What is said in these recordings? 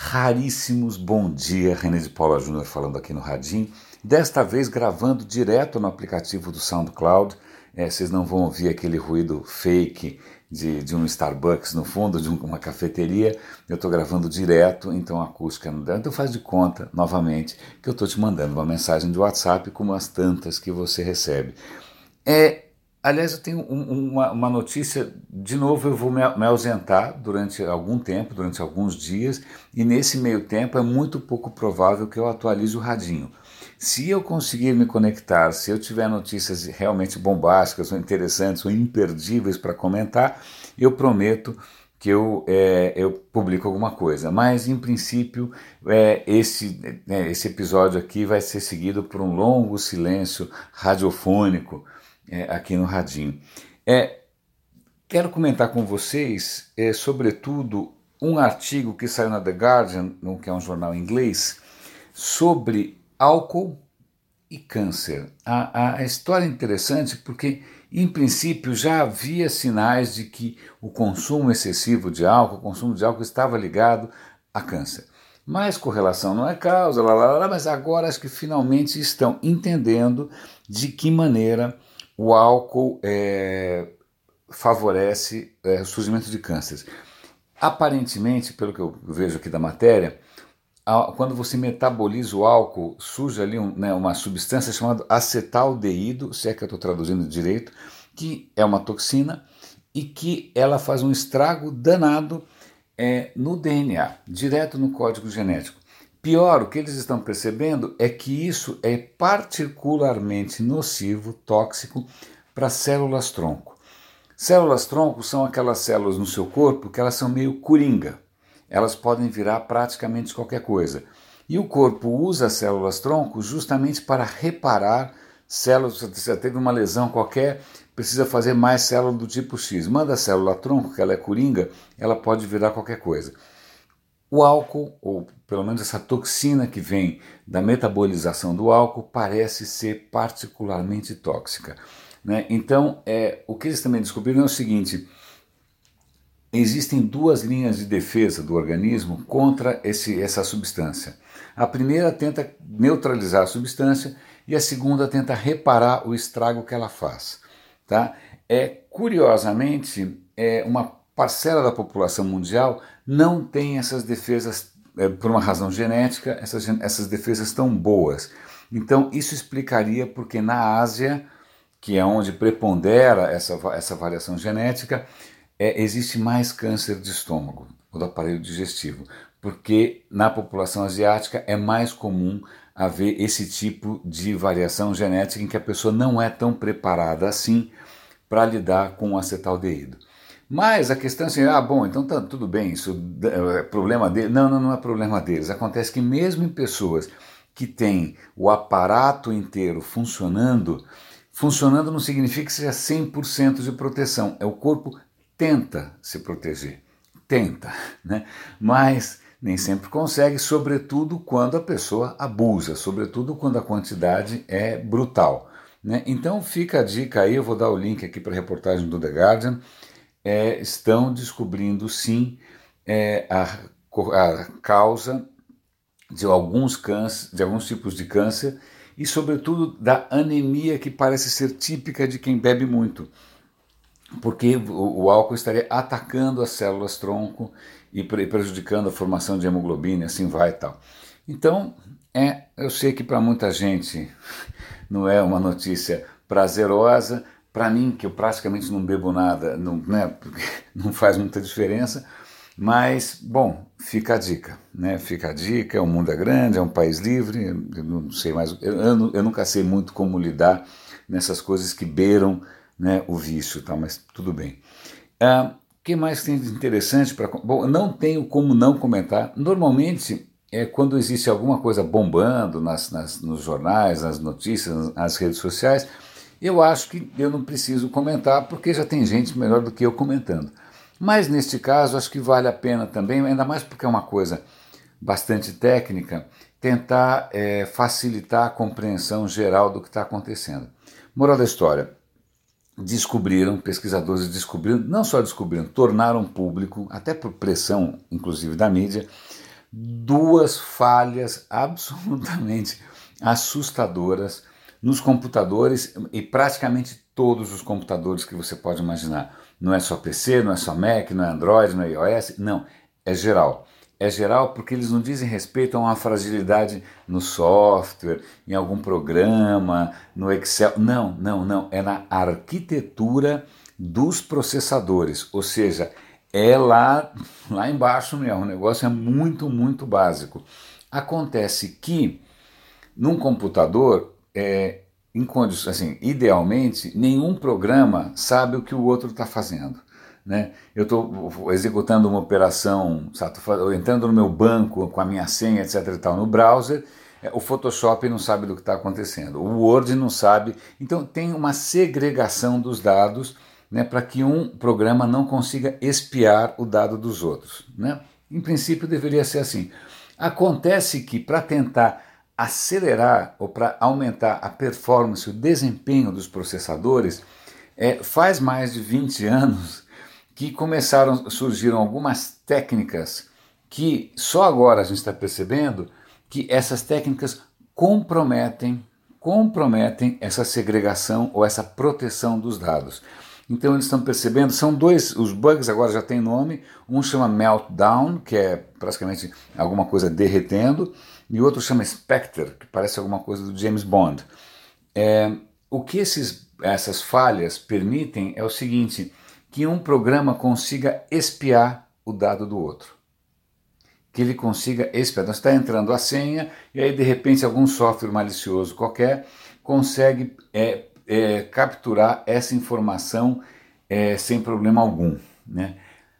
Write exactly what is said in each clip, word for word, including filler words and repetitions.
raríssimos bom dia, René de Paula Júnior falando aqui no Radinho, desta vez gravando direto no aplicativo do SoundCloud. É, vocês não vão ouvir aquele ruído fake de, de um Starbucks no fundo, de uma cafeteria. Eu estou gravando direto, então a acústica não dá. Então faz de conta, novamente, que eu estou te mandando uma mensagem de WhatsApp como as tantas que você recebe. É... Aliás, eu tenho um, uma, uma notícia, de novo eu vou me, me ausentar durante algum tempo, durante alguns dias, e nesse meio tempo é muito pouco provável que eu atualize o radinho. Se eu conseguir me conectar, se eu tiver notícias realmente bombásticas, ou interessantes, ou imperdíveis para comentar, eu prometo que eu, é, eu publico alguma coisa. Mas, em princípio, é, esse, é, esse episódio aqui vai ser seguido por um longo silêncio radiofônico, É, aqui no Radinho. É, quero comentar com vocês, é, sobretudo, um artigo que saiu na The Guardian, que é um jornal inglês, sobre álcool e câncer. A, a história é interessante porque, em princípio, já havia sinais de que o consumo excessivo de álcool, o consumo de álcool estava ligado a câncer. Mas correlação não é causa, lá, lá, lá, mas agora acho que finalmente estão entendendo de que maneira o álcool é, favorece é, o surgimento de cânceres. Aparentemente, pelo que eu vejo aqui da matéria, quando você metaboliza o álcool, surge ali um, né, uma substância chamada acetaldeído, se é que eu estou traduzindo direito, que é uma toxina e que ela faz um estrago danado é, no D N A, direto no código genético. Pior, o que eles estão percebendo é que isso é particularmente nocivo, tóxico, para células-tronco. Células-tronco são aquelas células no seu corpo que elas são meio coringa. Elas podem virar praticamente qualquer coisa. E o corpo usa as células-tronco justamente para reparar células. Você teve uma lesão qualquer, precisa fazer mais célula do tipo X. Manda a célula-tronco, que ela é coringa, ela pode virar qualquer coisa. O álcool, ou pelo menos essa toxina que vem da metabolização do álcool, parece ser particularmente tóxica, né? Então, é, o que eles também descobriram é o seguinte: existem duas linhas de defesa do organismo contra esse, essa substância. A primeira tenta neutralizar a substância e a segunda tenta reparar o estrago que ela faz. Tá? É, curiosamente, é uma parcela da população mundial não tem essas defesas, é, por uma razão genética, essas, essas defesas tão boas. Então isso explicaria porque na Ásia, que é onde prepondera essa, essa variação genética, é, existe mais câncer de estômago, ou do aparelho digestivo, porque na população asiática é mais comum haver esse tipo de variação genética em que a pessoa não é tão preparada assim para lidar com o acetaldeído. Mas a questão é assim, ah, bom, então tá tudo bem, isso é problema deles. Não, não, não é problema deles. Acontece que mesmo em pessoas que têm o aparato inteiro funcionando, funcionando não significa que seja cem por cento de proteção. É o corpo tenta se proteger, tenta, né? Mas nem sempre consegue, sobretudo quando a pessoa abusa, sobretudo quando a quantidade é brutal, né? Então fica a dica aí, eu vou dar o link aqui para a reportagem do The Guardian. É, estão descobrindo sim é, a, a causa de alguns câncer, de alguns tipos de câncer e sobretudo da anemia que parece ser típica de quem bebe muito, porque o, o álcool estaria atacando as células-tronco e prejudicando a formação de hemoglobina, assim vai e tal. Então, é, eu sei que para muita gente não é uma notícia prazerosa. Para mim, que eu praticamente não bebo nada, não, né, não faz muita diferença, mas, bom, fica a dica, né? Fica a dica, o mundo é grande, é um país livre, eu não sei mais, eu, eu, eu nunca sei muito como lidar nessas coisas que beiram, né, o vício, tá, mas tudo bem. Ah, o que mais tem de interessante para... Bom, não tenho como não comentar, normalmente é quando existe alguma coisa bombando nas, nas, nos jornais, nas notícias, nas redes sociais, eu acho que eu não preciso comentar porque já tem gente melhor do que eu comentando. Mas neste caso acho que vale a pena também, ainda mais porque é uma coisa bastante técnica, tentar é, facilitar a compreensão geral do que está acontecendo. Moral da história, descobriram, pesquisadores descobriram, não só descobriram, tornaram público, até por pressão inclusive da mídia, duas falhas absolutamente assustadoras nos computadores e praticamente todos os computadores que você pode imaginar. Não é só P C, não é só Mac, não é Android, não é iOS, não, é geral. É geral porque eles não dizem respeito a uma fragilidade no software, em algum programa, no Excel. Não, não, não. É na arquitetura dos processadores. Ou seja, é lá, lá embaixo mesmo. O negócio é muito, muito básico. Acontece que num computador, é, em condições, assim, idealmente, nenhum programa sabe o que o outro está fazendo. Né? Eu estou executando uma operação, estou entrando no meu banco com a minha senha, etc e tal, no browser, o Photoshop não sabe do que está acontecendo, o Word não sabe, então tem uma segregação dos dados, né, para que um programa não consiga espiar o dado dos outros. Né? Em princípio deveria ser assim. Acontece que para tentar acelerar ou para aumentar a performance, o desempenho dos processadores, é, faz mais de vinte anos que começaram, surgiram algumas técnicas que só agora a gente está percebendo que essas técnicas comprometem, comprometem essa segregação ou essa proteção dos dados. Então eles estão percebendo, são dois, os bugs agora já têm nome, um chama Meltdown, que é praticamente alguma coisa derretendo, e o outro chama Spectre, que parece alguma coisa do James Bond. É, o que esses, essas falhas permitem é o seguinte, que um programa consiga espiar o dado do outro. Que ele consiga espiar. Então, você está entrando a senha e aí de repente algum software malicioso qualquer consegue é, é, capturar essa informação é, sem problema algum. Né?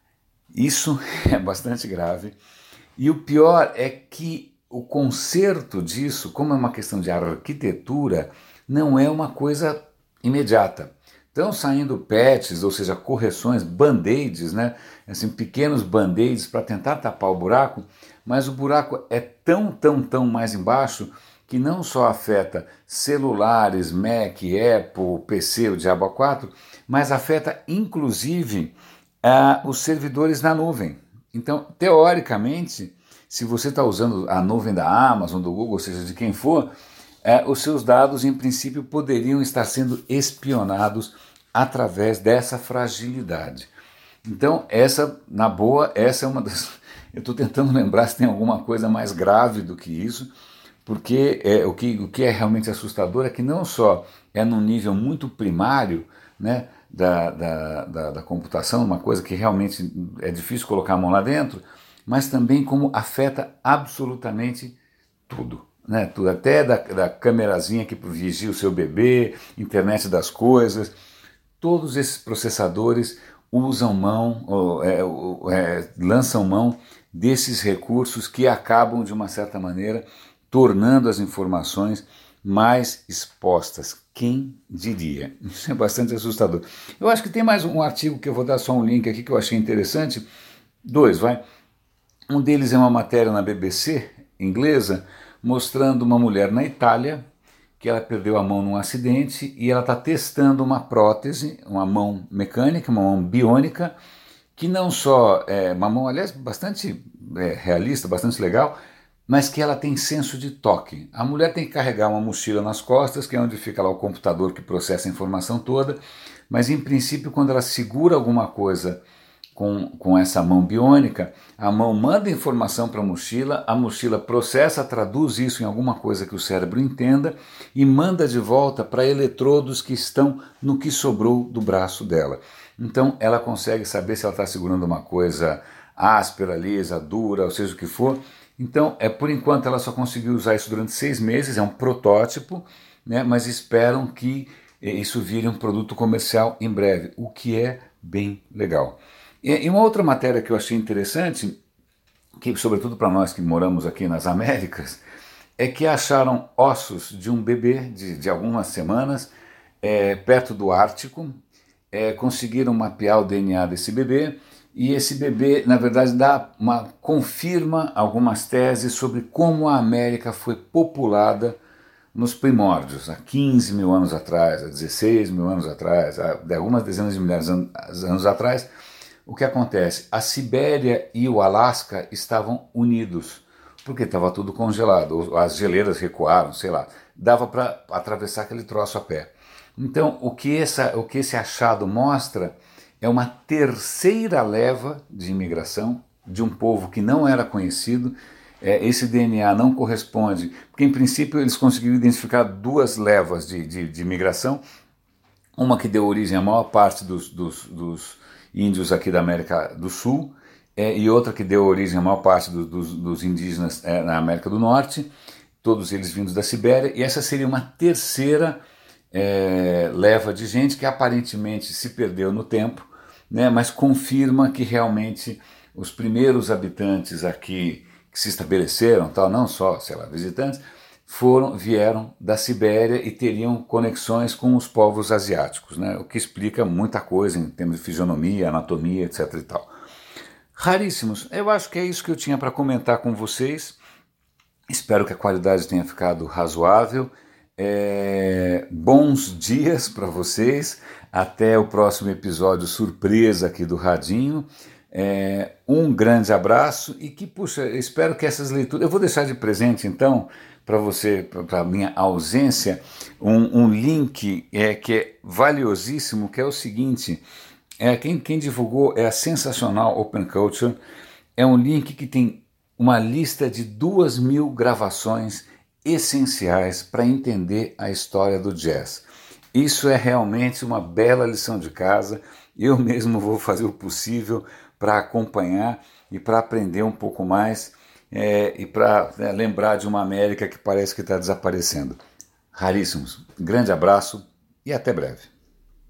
Isso é bastante grave. E o pior é que o conserto disso, como é uma questão de arquitetura, não é uma coisa imediata. Estão saindo patches, ou seja, correções, band-aids, né? Assim, pequenos band-aids para tentar tapar o buraco, mas o buraco é tão, tão, tão mais embaixo que não só afeta celulares, Mac, Apple, P C, o Diabo A quatro, mas afeta inclusive ah, os servidores na nuvem. Então, teoricamente, se você está usando a nuvem da Amazon, do Google, ou seja, de quem for, É, os seus dados, em princípio, poderiam estar sendo espionados através dessa fragilidade. Então, essa, na boa, essa é uma das... Eu estou tentando lembrar se tem alguma coisa mais grave do que isso, porque é, o, que, o que é realmente assustador é que não só é num nível muito primário, né, da, da, da, da computação, uma coisa que realmente é difícil colocar a mão lá dentro, mas também como afeta absolutamente tudo. Né, tudo, até da, da câmerazinha que vigia o seu bebê, internet das coisas, todos esses processadores usam mão, ou, é, ou, é, lançam mão desses recursos que acabam de uma certa maneira tornando as informações mais expostas. Quem diria? Isso é bastante assustador. Eu acho que tem mais um artigo que eu vou dar só um link aqui que eu achei interessante, dois, vai. Um deles é uma matéria na B B C inglesa, mostrando uma mulher na Itália que ela perdeu a mão num acidente e ela está testando uma prótese, uma mão mecânica, uma mão biônica, que não só é uma mão, aliás, bastante é, realista, bastante legal, mas que ela tem senso de toque. A mulher tem que carregar uma mochila nas costas, que é onde fica lá o computador que processa a informação toda, mas em princípio quando ela segura alguma coisa Com, com essa mão biônica, a mão manda informação para a mochila, a mochila processa, traduz isso em alguma coisa que o cérebro entenda e manda de volta para eletrodos que estão no que sobrou do braço dela. Então ela consegue saber se ela está segurando uma coisa áspera, lisa, dura, ou seja o que for. Então, é, por enquanto ela só conseguiu usar isso durante seis meses, é um protótipo, né, mas esperam que isso vire um produto comercial em breve, o que é bem legal. E uma outra matéria que eu achei interessante, que sobretudo para nós que moramos aqui nas Américas, é que acharam ossos de um bebê de, de algumas semanas é, perto do Ártico, é, conseguiram mapear o D N A desse bebê e esse bebê, na verdade, dá uma, confirma algumas teses sobre como a América foi populada nos primórdios, há quinze mil anos atrás, há dezesseis mil anos atrás, há algumas dezenas de milhares de anos atrás. o que acontece? A Sibéria e o Alasca estavam unidos, porque estava tudo congelado, as geleiras recuaram, sei lá, dava para atravessar aquele troço a pé. Então, o que, essa, o que esse achado mostra é uma terceira leva de imigração de um povo que não era conhecido. É, esse D N A não corresponde, porque em princípio eles conseguiram identificar duas levas de, de, de imigração, uma que deu origem à maior parte dos, dos, dos índios aqui da América do Sul, é, e outra que deu origem à maior parte do, dos, dos indígenas é, na América do Norte, todos eles vindos da Sibéria, e essa seria uma terceira é, leva de gente que aparentemente se perdeu no tempo, né, mas confirma que realmente os primeiros habitantes aqui que se estabeleceram, tal, não só, sei lá, visitantes, foram, vieram da Sibéria e teriam conexões com os povos asiáticos, né, o que explica muita coisa em termos de fisionomia, anatomia, etc e tal. Raríssimos. Eu acho que é isso que eu tinha para comentar com vocês. Espero que a qualidade tenha ficado razoável. É, bons dias para vocês. Até o próximo episódio surpresa aqui do Radinho. É, um grande abraço e que, puxa, espero que essas leituras... Eu vou deixar de presente, então, para você, para a minha ausência, um, um link é, que é valiosíssimo, que é o seguinte... É, quem, quem divulgou é a Sensacional Open Culture. É um link que tem uma lista de duas mil gravações essenciais para entender a história do jazz. Isso é realmente uma bela lição de casa. Eu mesmo vou fazer o possível para acompanhar e para aprender um pouco mais é, e para né, lembrar de uma América que parece que está desaparecendo. Raríssimos. Grande abraço e até breve.